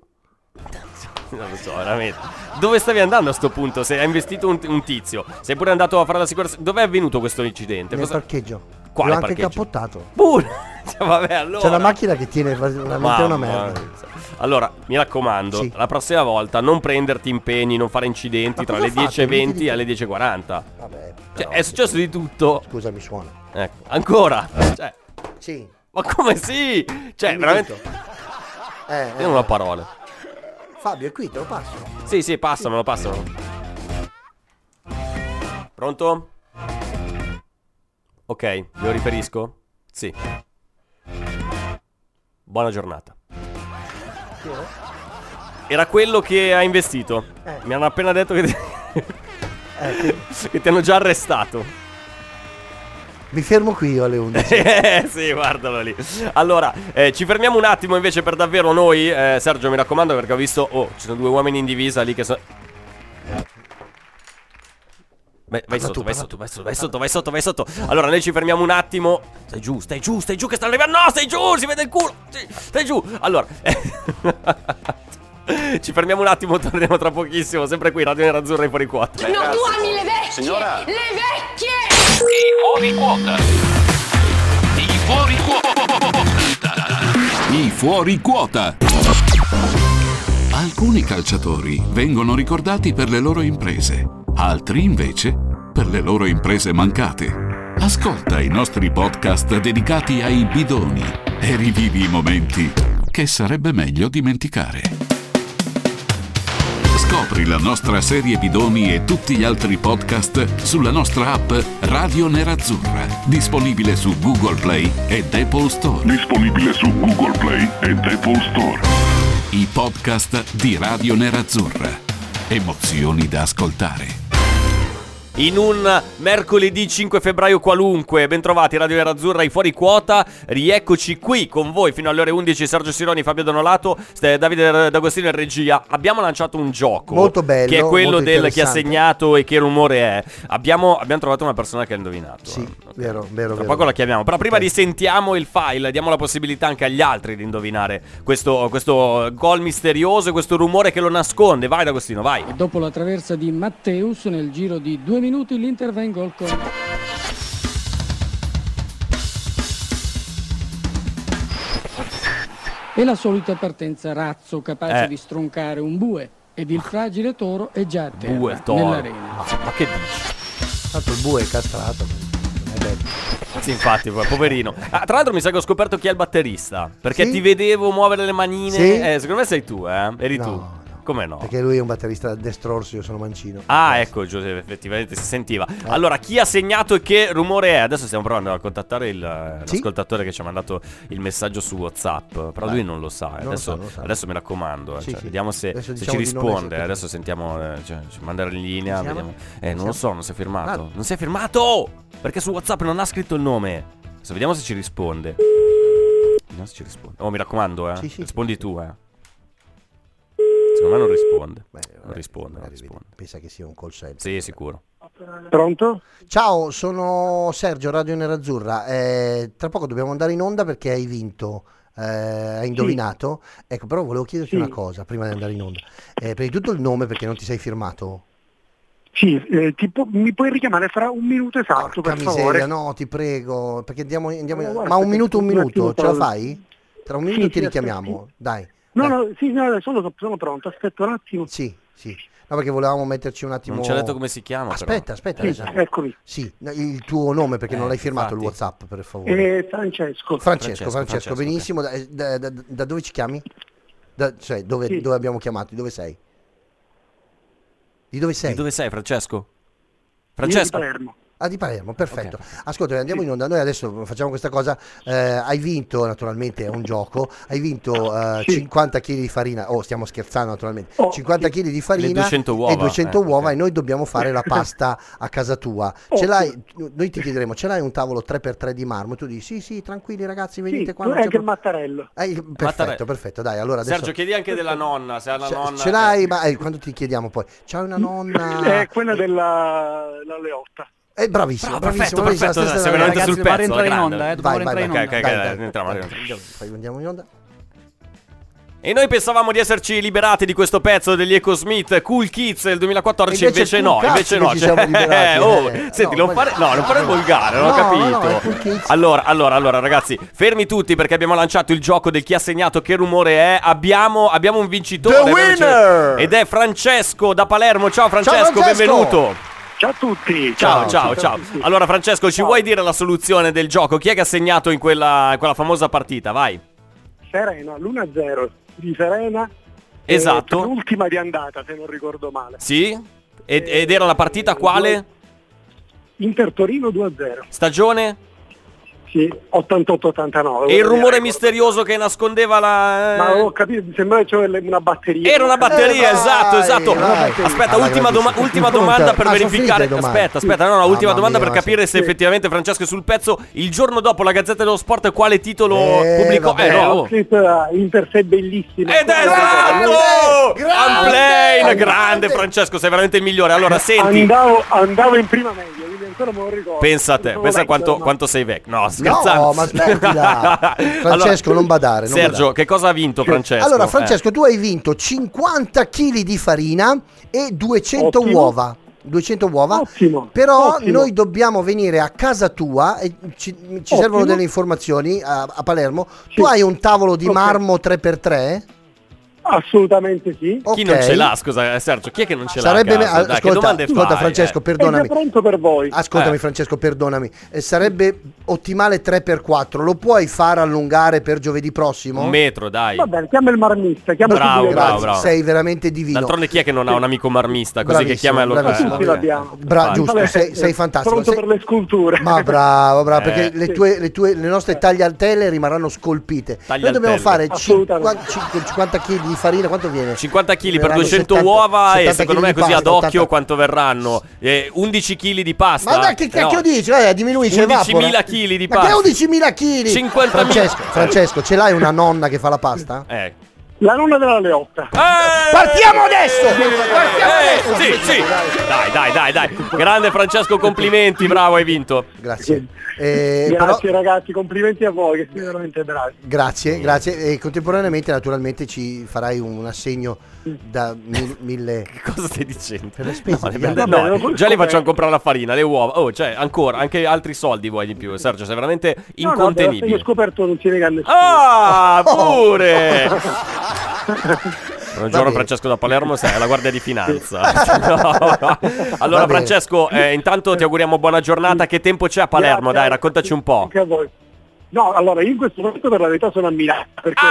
Non lo so, veramente. Dove stavi andando a sto punto? Se hai investito un, un tizio, sei pure andato a fare la sicurezza. Dov'è avvenuto questo incidente? Nel Cosa... parcheggio. Quale L'ho anche parcheggio? cappottato. Pure. Cioè, vabbè, allora. C'è la macchina che tiene veramente Mamma una merda. mia. Allora, mi raccomando, Sì. la prossima volta non prenderti impegni, non fare incidenti Ma tra cosa le ho fatto? dieci e venti Niente e di- alle dieci e quaranta. Vabbè. Cioè, però, è successo di tutto. Scusa, mi suona. Ecco, ancora. Cioè, Sì. ma come sì? Cioè, Dimmi veramente. tutto. Eh, Io non ho parole. Fabio, è qui, te lo passo. Sì, sì, passamelo, passamelo. Pronto? Ok, lo riferisco? Sì. Buona giornata. Era quello che ha investito. Eh. Mi hanno appena detto che ti... Eh, che- che ti hanno già arrestato. Mi fermo qui io alle undici. Eh sì, guardalo lì. Allora, eh, ci fermiamo un attimo invece per davvero noi. eh, Sergio, mi raccomando, perché ho visto... Oh, ci sono due uomini in divisa lì che sono... Vai, vai sotto, tu, vai parla sotto, vai sotto, vai sotto, vai sotto, vai sotto. Allora, noi ci fermiamo un attimo. Stai giù, stai giù, stai giù che stanno arrivando. No, stai giù, si vede il culo. Sì, stai giù. Allora, ci fermiamo un attimo, torneremo tra pochissimo. Sempre qui, Radio Nerazzurra e Fuori Quota. No, tu ami le vecchie! Signora. Le vecchie! I fuori quota. I fuori quota. I fuori quota. Alcuni calciatori vengono ricordati per le loro imprese, altri invece per le loro imprese mancate. Ascolta i nostri podcast dedicati ai bidoni e rivivi i momenti che sarebbe meglio dimenticare. Scopri la nostra serie bidoni e tutti gli altri podcast sulla nostra app Radio Nerazzurra, disponibile su Google Play ed Apple Store. Disponibile su Google Play ed Apple Store. I podcast di Radio Nerazzurra. Emozioni da ascoltare. in un mercoledì cinque febbraio qualunque. Bentrovati Radio Nerazzurra, i fuori quota. Rieccoci qui con voi fino alle ore undici. Sergio Sironi, Fabio Donolato, Davide D'Agostino in regia. Abbiamo lanciato un gioco molto bello, che è quello molto del chi ha segnato e che rumore è. Abbiamo, abbiamo trovato una persona che ha indovinato. Sì, eh. okay. vero, vero, Tra vero. poco la chiamiamo. Però prima Ok. risentiamo il file, diamo la possibilità anche agli altri di indovinare questo, questo gol misterioso e questo rumore che lo nasconde. Vai D'Agostino, vai. E dopo la traversa di Matteus, nel giro di due minuti l'Inter va in gol con... E la solita partenza razzo, capace Eh. di stroncare un bue. Ed il fragile toro è già a terra, Bue, toro. nell'arena. Ma, ma che dici? Tanto il bue è castrato. Non è bello. Sì, infatti, poverino. Ah, tra l'altro mi sa che ho scoperto chi è il batterista. Perché Sì? ti vedevo muovere le manine. Sì? Eh, secondo me sei tu, eh? Eri No, tu. no. Come no? Perché lui è un batterista destrorso, io sono mancino. Ah, ecco, Giuseppe, effettivamente si sentiva. Allora, chi ha segnato e che rumore è? Adesso stiamo provando a contattare il, Sì? l'ascoltatore che ci ha mandato il messaggio su WhatsApp. Però Beh, lui non lo sa. non lo Adesso, sa, non lo sa. adesso mi raccomando. eh, Sì, cioè, sì. Vediamo se, Adesso se diciamo ci di non risponde. essere- Adesso sentiamo. Eh, cioè, ci mandare in linea. Si chiama? Vediamo. Eh, Si non chiama? lo so, non si è firmato. Ah. Non si è firmato! Perché su WhatsApp non ha scritto il nome. Adesso vediamo se ci risponde. Vediamo se ci risponde. Oh, mi raccomando, eh. Sì, sì. Rispondi tu, eh. Secondo me non risponde. Beh, non vabbè, risponde, non magari risponde. pensa che sia un call center. Sì, sicuro. Pronto? Ciao, sono Sergio, Radio Nerazzurra. Eh, tra poco dobbiamo andare in onda perché hai vinto, eh, hai indovinato. Ecco, però volevo chiederti Sì. una cosa prima di andare in onda. Eh, prima di tutto il nome, perché non ti sei firmato. Sì, eh, tipo, mi puoi richiamare fra un minuto esatto, Porca per miseria, favore? no, ti prego, perché andiamo, andiamo No, guarda, ma un perché minuto, un un minuto, attimo ce la parlo. fai? Tra un Sì, minuto ti sì, richiamiamo, aspetta. dai. No, dai. no, sì, no, sono, sono pronto, aspetta un attimo. Sì, sì. No, perché volevamo metterci un attimo. Non ci ha detto come si chiama, Aspetta, aspetta. Sì, adesso. eccomi. Sì, no, il tuo nome perché Eh, non l'hai firmato infatti. il WhatsApp, per favore. Eh, Francesco. Francesco, Francesco, Francesco, Francesco, benissimo. Da, da- da- da dove ci chiami? Da- cioè, dove, Sì. dove abbiamo chiamato? Di dove sei? Di dove sei? Di dove sei, Francesco? Io di Francesco? Palermo. Ah, di Palermo, perfetto. Ascolta, andiamo in onda. Noi adesso facciamo questa cosa. eh, hai vinto, naturalmente, è un gioco. Hai vinto eh, Sì. cinquanta chili di farina. Oh, stiamo scherzando, naturalmente. Oh, cinquanta chili di farina Le duecento uova, e duecento eh, uova. ok. E noi dobbiamo fare la pasta a casa tua. Ce Oh, l'hai? Noi ti chiederemo: ce l'hai un tavolo tre per tre di marmo? Tu dici: sì, sì, tranquilli, ragazzi, venite Sì, qua. non è c'è anche il pro- mattarello. Eh, perfetto, Mattarello. perfetto. Dai, allora adesso. Sergio, chiedi anche della nonna, se ha la ce, nonna. ce l'hai? Ma eh, quando ti chiediamo poi, c'hai una nonna? È quella della la Leotta. Eh, bravissimo, Bravo, bravissimo, perfetto, bravissimo, perfetto, la stessa- sei veramente Ragazzi, sul dobbiamo pezzo, rientrare in grande. onda, eh, Vai, dobbiamo vai, rientrare in vai. onda. Ok, ok, Dai, ok, dai. entriamo, entriamo. Fai- andiamo in onda. E noi pensavamo di esserci liberati di questo pezzo degli Echo Smith Cool Kids del duemilaquattordici, Invece invece, no, cool invece cazzo no. che ci siamo liberati, eh, oh, eh. senti, No, non ma- fare, no, non fare il volgare, non No, ho capito. no, no, è Cool Kids. Allora, allora, allora, ragazzi, fermi tutti perché abbiamo lanciato il gioco del chi ha segnato che rumore è. Abbiamo, abbiamo un vincitore. The winner! Ed è Francesco da Palermo. Ciao Francesco, Ciao, Francesco! benvenuto. Ciao a tutti. Ciao, ciao, a ciao. tutti. Allora, Francesco, ci Ciao. vuoi dire la soluzione del gioco? Chi è che ha segnato in quella, in quella famosa partita? Vai. Serena, l'uno a zero di Serena. Esatto. Eh, l'ultima di andata, se non ricordo male. Sì? Ed, ed era la partita quale? Inter Torino due a zero. Stagione? Sì, ottantotto ottantanove. E il rumore misterioso che nascondeva la... Ma ho capito, mi sembrava che c'era una batteria. Era una batteria, Eh, esatto, vai, esatto. vai. Aspetta, Alla ultima, doma- grandissima. ultima Pronta? domanda per Ah, sono verificare. finite le domande. Aspetta, aspetta, no, no, ultima Mamma domanda mia, per ma capire se sì. effettivamente Francesco è sul pezzo. Il giorno dopo la Gazzetta dello Sport quale titolo Eh, pubblicò? vabbè. Eh, no. Ho scritto eh, Inter sei bellissima. Ed è esatto! Grande! Unplane, grande Grande! Francesco, sei veramente il migliore. Allora, senti, Andavo, andavo in prima media, quindi ancora me lo ricordo. pensa a te, Sono pensa a vecchio, quanto, ma- quanto sei vecchio. No, scherzando. No, ma smettila. Francesco, non badare, non Sergio, badare. che cosa ha vinto Francesco? Allora, Eh. Francesco, tu hai vinto cinquanta chili di farina e duecento Ottimo. uova. duecento uova. Ottimo, Però ottimo. noi dobbiamo venire a casa tua e ci, ci Ottimo. servono delle informazioni a, a Palermo. Tu Sì. hai un tavolo di Ok. marmo tre per tre? Assolutamente sì. Chi non ce l'ha, scusa, eh, Sergio? Chi è che non ce l'ha? Sarebbe a me- casa? Dai, che ascolta, domande ascolta fai, Francesco, eh? È già perdonami. pronto per voi. Ascoltami Eh. Francesco, perdonami. Eh, sarebbe ottimale tre per quattro. Lo puoi far allungare per giovedì prossimo? Un metro, dai. Va bene, chiama il marmista, chiama Bravo, subito il bravo, marmista. bravo. Sei veramente divino. D'altronde chi è che non ha un amico marmista così che Bravissimo, chiama lo... bravissimo. Tutti l'abbiamo. Bra- Infatti. giusto, Vabbè, sei, sei eh, fantastico. Pronto Sei- per le sculture. Ma bravo, bravo, perché Eh. le, Sì. tue, le, tue, le nostre tagliatelle rimarranno scolpite. Noi Tagliatelle. dobbiamo fare Assolutamente. cinquanta chili di farina, quanto viene? cinquanta chili per Verranno duecento settanta uova e settanta secondo me chili di così ad pasta, occhio ottanta quanto verranno? Eh, undici chili di pasta. Ma dai, che cacchio no. dici? Eh, diminuisce, undicimila chili di Ma pasta. che undicimila chili? cinquantamila. Francesco, Francesco, ce l'hai una nonna che fa la pasta? Eh. La nonna della Leotta. Eh! Partiamo adesso! Partiamo Eh, adesso! sì, sì. Dai, dai, dai, dai. Grande Francesco, complimenti, bravo, hai vinto. Grazie. Eh, Grazie però- ragazzi, complimenti a voi che siete veramente bravi. Grazie, grazie. E contemporaneamente naturalmente ci farai un assegno da mil- mille... Che cosa stai dicendo? Per le spese No, di le prende- Gaia. no, Vabbè, già li come- facciamo comprare la farina, le uova. Oh, cioè, ancora, anche altri soldi vuoi di più. Sergio, sei veramente No, no, incontenibile. io ho scoperto non si nega a nessuno. Ah, pure! Va Buongiorno bene. Francesco da Palermo, sei alla Guardia di Finanza. No. Allora Va bene. Francesco, eh, intanto ti auguriamo buona giornata. Che tempo c'è a Palermo? Grazie, Dai, raccontaci un po'. Anche a voi. No, allora io in questo momento per la verità sono a Milano perché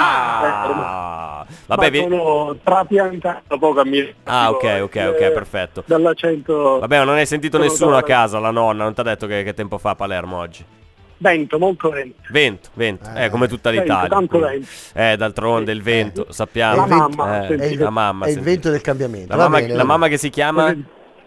Ah! Vabbè, vi- sono trapiantato da poco a Milano. Ah, ok, ok, ok, Eh, perfetto. Dall'accento Vabbè, non hai sentito sono nessuno a da- casa, la nonna, non ti ha detto che, che tempo fa a Palermo oggi? vento, molto vento. Vento, vento, eh, come tutta Vento, l'Italia. tanto quindi. vento. Eh, d'altronde il vento, È sappiamo. il vento- mamma, Eh, senti, è il, la mamma, è il senti. vento del cambiamento. La Va mamma, bene, la va mamma bene. che si chiama?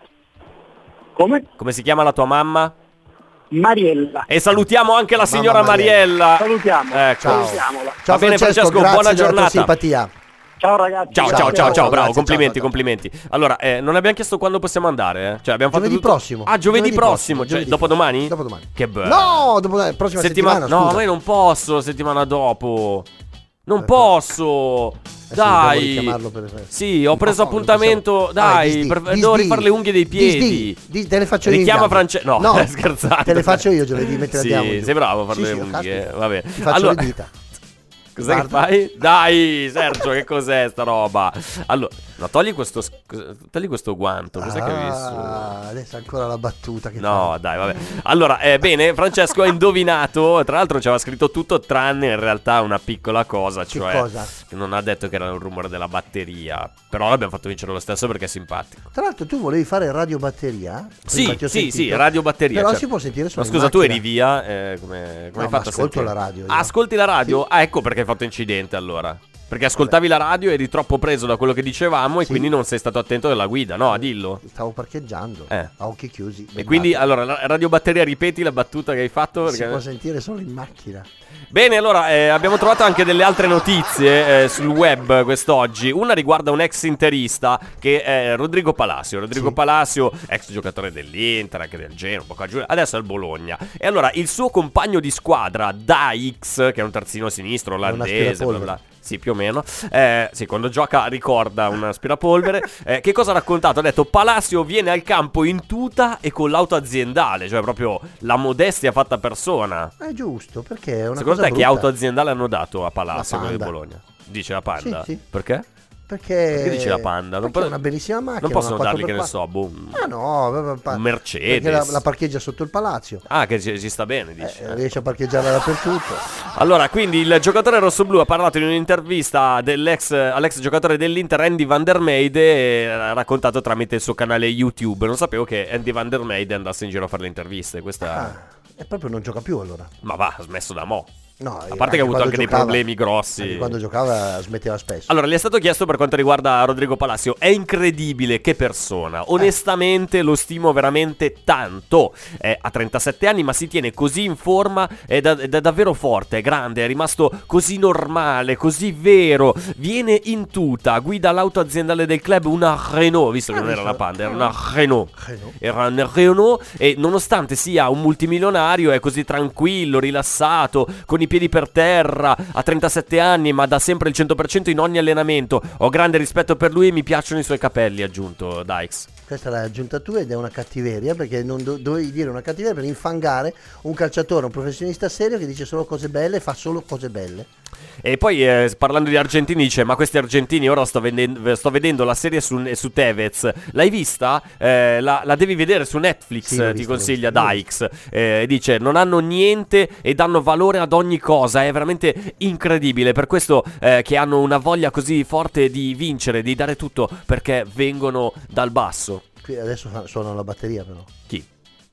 Come? Come si chiama la tua mamma? Mariella. E salutiamo anche la signora Mariella. Mariella. Salutiamo. Ecco. Ciao. Salutiamola. Ciao Va bene, Francesco, Francesco, grazie buona della tua giornata. simpatia. Ciao ragazzi. Ciao, ciao, Ciao, ciao, ciao, ciao, bravo, grazie, complimenti, ciao, complimenti. Allora, eh, non abbiamo chiesto quando possiamo andare, eh? Cioè, abbiamo fatto Giovedì tutto... prossimo. Ah, giovedì, Giovedì prossimo, prossimo, cioè giovedì dopodomani? Dopodomani. Che bello. No, dopo la prossima settimana, No, scusa. ma io non posso, settimana dopo. Non Perché? posso. Adesso dobbiamo Dai. richiamarlo per- Sì, ho preso No, appuntamento. non possiamo- Dai, Dai, disdi, per- disdi, devo rifare le unghie dei piedi. disdi, disdi, te le faccio io in Richiama gamba. Francesco. No, No, scherzando. te le faccio io giovedì, mentre Sì, andiamo giù. sei bravo a fare Sì, le sì, unghie. caspita. Vabbè. Ti faccio Allora, le dita. cos'è che Guarda. fai? Dai, Sergio, che cos'è sta roba? Allora, no, togli questo, sc- togli questo guanto. Cos'è che hai visto? Ah, adesso ancora la battuta che No, fai. dai, vabbè. Allora, eh, bene, Francesco ha indovinato. Tra l'altro ci aveva scritto tutto tranne in realtà una piccola cosa. Che Cioè, cosa? che non ha detto che era un rumore della batteria. Però l'abbiamo fatto vincere lo stesso perché è simpatico. Tra l'altro tu volevi fare radio batteria? Sì, Prima ti ho sì, sentito. sì, radio batteria. Però cioè- si può sentire solo Ma in scusa, tu macchina. eri via? Eh, come come No, hai ma fatto a ascolto sentire? la radio io. Ah, ascolti la radio? Ah, ecco perché hai fatto incidente allora. Perché ascoltavi la radio, eri troppo preso da quello che dicevamo e Sì. quindi non sei stato attento alla guida, no? A dillo. Stavo parcheggiando Eh. a occhi chiusi. E quindi, allora, la- radio batteria, ripeti la battuta che hai fatto? si Perché... può sentire solo in macchina. Bene, allora eh, abbiamo trovato anche delle altre notizie eh, sul web quest'oggi. Una riguarda un ex interista che è Rodrigo Palacio. Rodrigo Sì. Palacio, ex giocatore dell'Inter, anche del Genoa, un po' qua giù, adesso è al Bologna. E allora il suo compagno di squadra, Daix, che è un terzino sinistro olandese, bla aspirapolvere. bla. Sì, più o meno. Eh, sì, quando gioca ricorda un aspirapolvere. Eh, che cosa ha raccontato? Ha detto: Palacio viene al campo in tuta e con l'auto aziendale, cioè proprio la modestia fatta persona. È giusto, perché è una Secondo cosa te che brutta. auto aziendale hanno dato a Palacio La quello di Panda. Bologna? Dice la Panda? Sì, sì. Perché? Perché Perché dice la Panda? Non Perché po- è una bellissima macchina. Non possono una dargli, che ne quattro per so, quattro. boh, un- Ah no, va- va- un Mercedes. Perché la, la parcheggia sotto il palazzo. Ah, che ci, ci sta bene, dici. Eh, riesce a parcheggiarla dappertutto. Allora, quindi il giocatore rossoblu ha parlato in un'intervista dell'ex, all'ex giocatore dell'Inter Andy Van der Meijde e ha raccontato tramite il suo canale YouTube. Non sapevo che Andy Van der Meijde andasse in giro a fare le interviste. Questa... Ah, e proprio non gioca più allora. Ma va, ha smesso da mo'. No, A parte che ha avuto anche dei problemi grossi. Anche quando giocava smetteva spesso. Allora, gli è stato chiesto per quanto riguarda Rodrigo Palacio. È incredibile che persona. Onestamente lo stimo veramente tanto. Eh, ha trentasette anni ma si tiene così in forma. È, da- è da- davvero forte, è grande. È rimasto così normale, così vero. Viene in tuta, guida l'auto aziendale del club, una Renault. Visto che Ah, non era visto? una Panda, era una Renault. Renault. Era una Renault. E nonostante sia un multimilionario è così tranquillo, rilassato, con i piedi per terra, ha trentasette anni ma dà sempre il cento per cento in ogni allenamento. Ho grande rispetto per lui e mi piacciono i suoi capelli, ha aggiunto Daix. Questa l'hai aggiunta tu ed è una cattiveria, perché non do- dovevi dire una cattiveria per infangare un calciatore, un professionista serio che dice solo cose belle e fa solo cose belle. E poi eh, parlando di argentini dice: ma questi argentini, ora sto, vendendo, sto vedendo la serie su, su Tevez. L'hai vista? Eh, la, la devi vedere su Netflix, Sì, l'ho ti vista, consiglia l'ho vista. Daix. Eh, dice: non hanno niente e danno valore ad ogni cosa. È veramente incredibile. Per questo eh, che hanno una voglia così forte di vincere, di dare tutto, perché vengono dal basso. Qui adesso fa- suona la batteria però. Chi?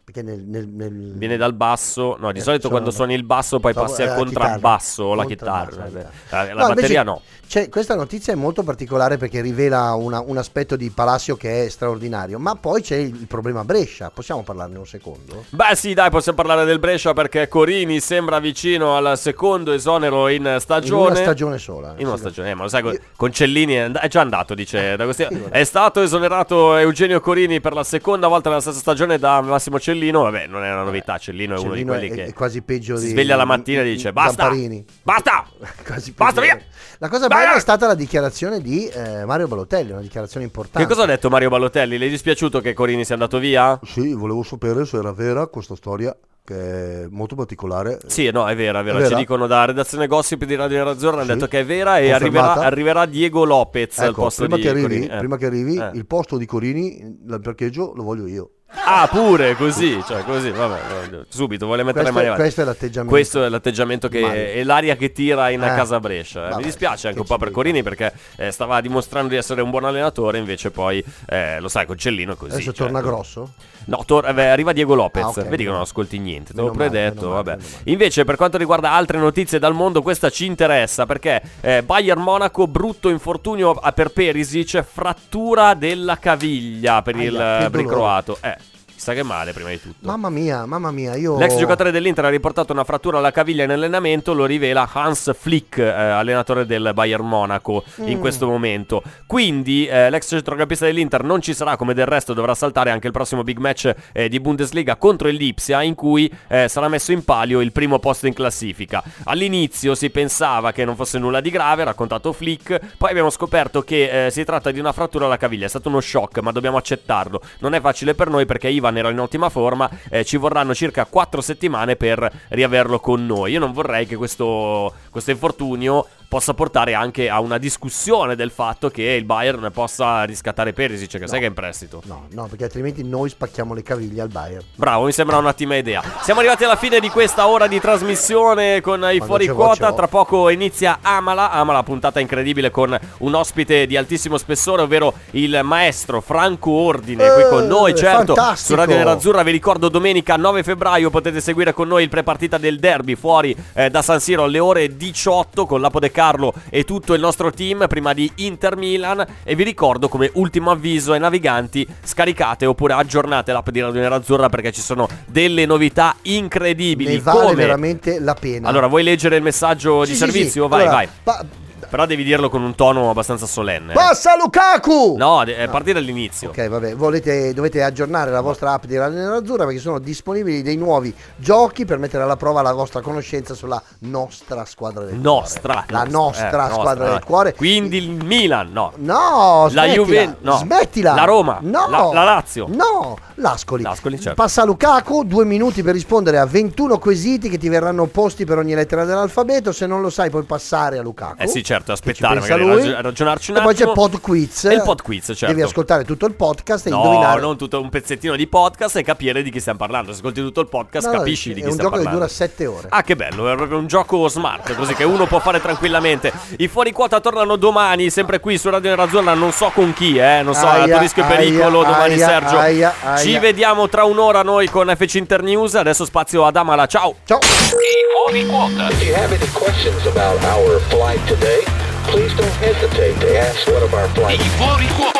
Perché nel, nel, nel... viene dal basso, no, di Eh, solito sono- quando suoni il basso poi Stavo- passi eh, al la contrabbasso o la Contrabbasso, chitarra. la eh, chitarra. La, la No, batteria invece no. c'è- questa notizia è molto particolare perché rivela una- un aspetto di Palacio che è straordinario, ma poi c'è il, il problema Brescia. Possiamo parlarne un secondo? Beh sì, dai, possiamo parlare del Brescia perché Corini sembra vicino al secondo esonero in stagione. In una stagione sola. In una sì. stagione, eh, ma lo sai, con- con Cellini è, and- è già andato, dice. Da questi- Sì, vabbè. è stato esonerato Eugenio Corini per la seconda volta nella stessa stagione da Massimo Cellino. Vabbè, non è una novità. Cellino è uno di Cellino quelli è, che è quasi peggio si di sveglia la mattina e dice basta, Zamparini. basta, Quasi basta peggio. via. La cosa Vai, bella vai. è stata la dichiarazione di eh, Mario Balotelli, una dichiarazione importante. Che cosa ha detto Mario Ballotelli? Le è dispiaciuto che Corini sia andato via? Sì, volevo sapere se era vera questa storia, che è molto particolare. Sì, no, è vera, è vera. È vera? Ci dicono da redazione Gossip di Radio Nerazzurra, hanno Sì. detto che è vera e Confermata? arriverà, arriverà Diego Lopez al Ecco, posto prima di che arrivi, Corini. Eh. prima che arrivi Eh. il posto di Corini, il parcheggio lo voglio io. Ah, pure così, cioè così, vabbè, subito vuole mettere Questo le è- mani avanti. questo è l'atteggiamento. Questo è l'atteggiamento che Mario. è l'aria che tira in Eh, casa Brescia. eh. vabbè, Mi dispiace anche che un po' ci per dica. Corini perché eh, stava dimostrando di essere un buon allenatore, invece poi eh, lo sai, con Cellino è così. Adesso cioè, torna Grosso? No, tor- eh, beh, arriva Diego Lopez. Ah, ok, Vedi che meno non male. ascolti niente, te Meno l'ho male, predetto. meno male, Vabbè. meno male. Invece, per quanto riguarda altre notizie dal mondo, questa ci interessa perché eh, Bayern Monaco, brutto infortunio a- per Perisic, frattura della caviglia per Aia, il che eh, dolore. croato. Eh, chissà che male prima di tutto. Mamma mia, mamma mia, io... L'ex giocatore dell'Inter ha riportato una frattura alla caviglia in allenamento, lo rivela Hans Flick, eh, allenatore del Bayern Monaco in Mm. questo momento. Quindi eh, l'ex centrocampista dell'Inter non ci sarà, come del resto dovrà saltare anche il prossimo big match eh, di Bundesliga contro il Lipsia, in cui eh, sarà messo in palio il primo posto in classifica. All'inizio si pensava che non fosse nulla di grave, ha raccontato Flick, poi abbiamo scoperto che eh, si tratta di una frattura alla caviglia. È stato uno shock, ma dobbiamo accettarlo. Non è facile per noi perché Ivan era in ottima forma, eh, ci vorranno circa quattro settimane per riaverlo con noi. Io non vorrei che questo, questo infortunio possa portare anche a una discussione del fatto che il Bayern possa riscattare Perisic, che No. sai che è in prestito. No, no, perché altrimenti noi spacchiamo le caviglie al Bayern. Bravo, mi sembra un'ottima idea. Siamo arrivati alla fine di questa ora di trasmissione con i Quando fuori c'è quota. voce Tra off. poco inizia Amala. Amala, puntata incredibile con un ospite di altissimo spessore, ovvero il maestro Franco Ordine, qui con Eh, noi, certo, fantastico. su Radio Nerazzurra. Vi ricordo, domenica nove febbraio potete seguire con noi il prepartita del derby fuori eh, da San Siro alle ore diciotto con Lapo De Carlo e tutto il nostro team prima di Inter Milan. E vi ricordo, come ultimo avviso ai naviganti, scaricate oppure aggiornate l'app di Radio Nerazzurra perché ci sono delle novità incredibili. Ne vale come... veramente la pena. Allora, vuoi leggere il messaggio Sì, di sì, servizio? sì. Vai, Allora, vai. pa- Però devi dirlo con un tono abbastanza solenne. eh. Passa Lukaku! No, de- eh, parti dall'inizio. Ok, vabbè, volete, dovete aggiornare la vostra app di Radio Nerazzurra perché sono disponibili dei nuovi giochi per mettere alla prova la vostra conoscenza sulla nostra squadra del Nostra. cuore. La nostra, eh, squadra nostra, del no. cuore. Quindi il Milan, no. No, La smettila, Juve- no. smettila. La Roma, no. la- la Lazio. No, l'Ascoli. L'Ascoli, certo. Passa Lukaku, due minuti per rispondere a ventuno quesiti che ti verranno posti per ogni lettera dell'alfabeto. Se non lo sai puoi passare a Lukaku. Eh sì, certo, che ci aspettare, pensa magari lui. raggi- ragionarci un E poi attimo. c'è Pod Quiz. E il Pod Quiz, certo. Devi ascoltare tutto il podcast e No, indovinare. non tutto un pezzettino di podcast e capire di chi stiamo parlando. Se ascolti tutto il podcast, No, no, capisci è di chi un stiamo gioco che parlando. dura sette ore. Ah, che bello, è proprio un gioco smart, così che uno può fare tranquillamente. I fuori quota tornano domani, sempre qui su Radio Nerazzurra, non so con chi, eh, non so, Aia, a rischio e aia, pericolo, domani aia, Sergio. aia, aia. Ci vediamo tra un'ora noi con F C Inter News, adesso spazio ad Amala, ciao. Ciao. Fuori quota. If you have any questions about our flight today, please don't hesitate to ask one of our flight I fuori quota.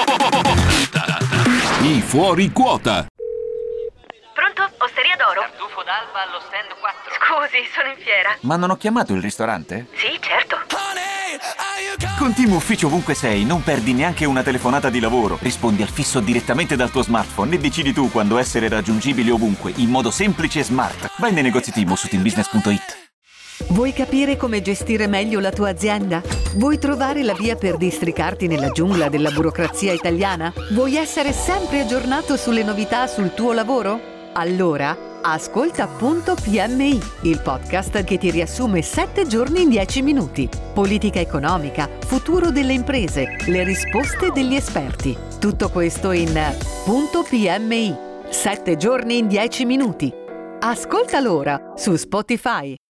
I fuori quota. Pronto? Osteria d'oro? Tartufo d'alba allo stand quattro. Scusi, sono in fiera. Ma non ho chiamato il ristorante? Sì, certo. Con Team Ufficio ovunque sei non perdi neanche una telefonata di lavoro. Rispondi al fisso direttamente dal tuo smartphone e decidi tu quando essere raggiungibile ovunque, in modo semplice e smart. Vai nei negozi Team o su team business punto it. Vuoi capire come gestire meglio la tua azienda? Vuoi trovare la via per districarti nella giungla della burocrazia italiana? Vuoi essere sempre aggiornato sulle novità sul tuo lavoro? Allora, ascolta Punto P M I, il podcast che ti riassume sette giorni in dieci minuti. Politica economica, futuro delle imprese, le risposte degli esperti. Tutto questo in Punto P M I, sette giorni in dieci minuti. Ascoltalo ora su Spotify.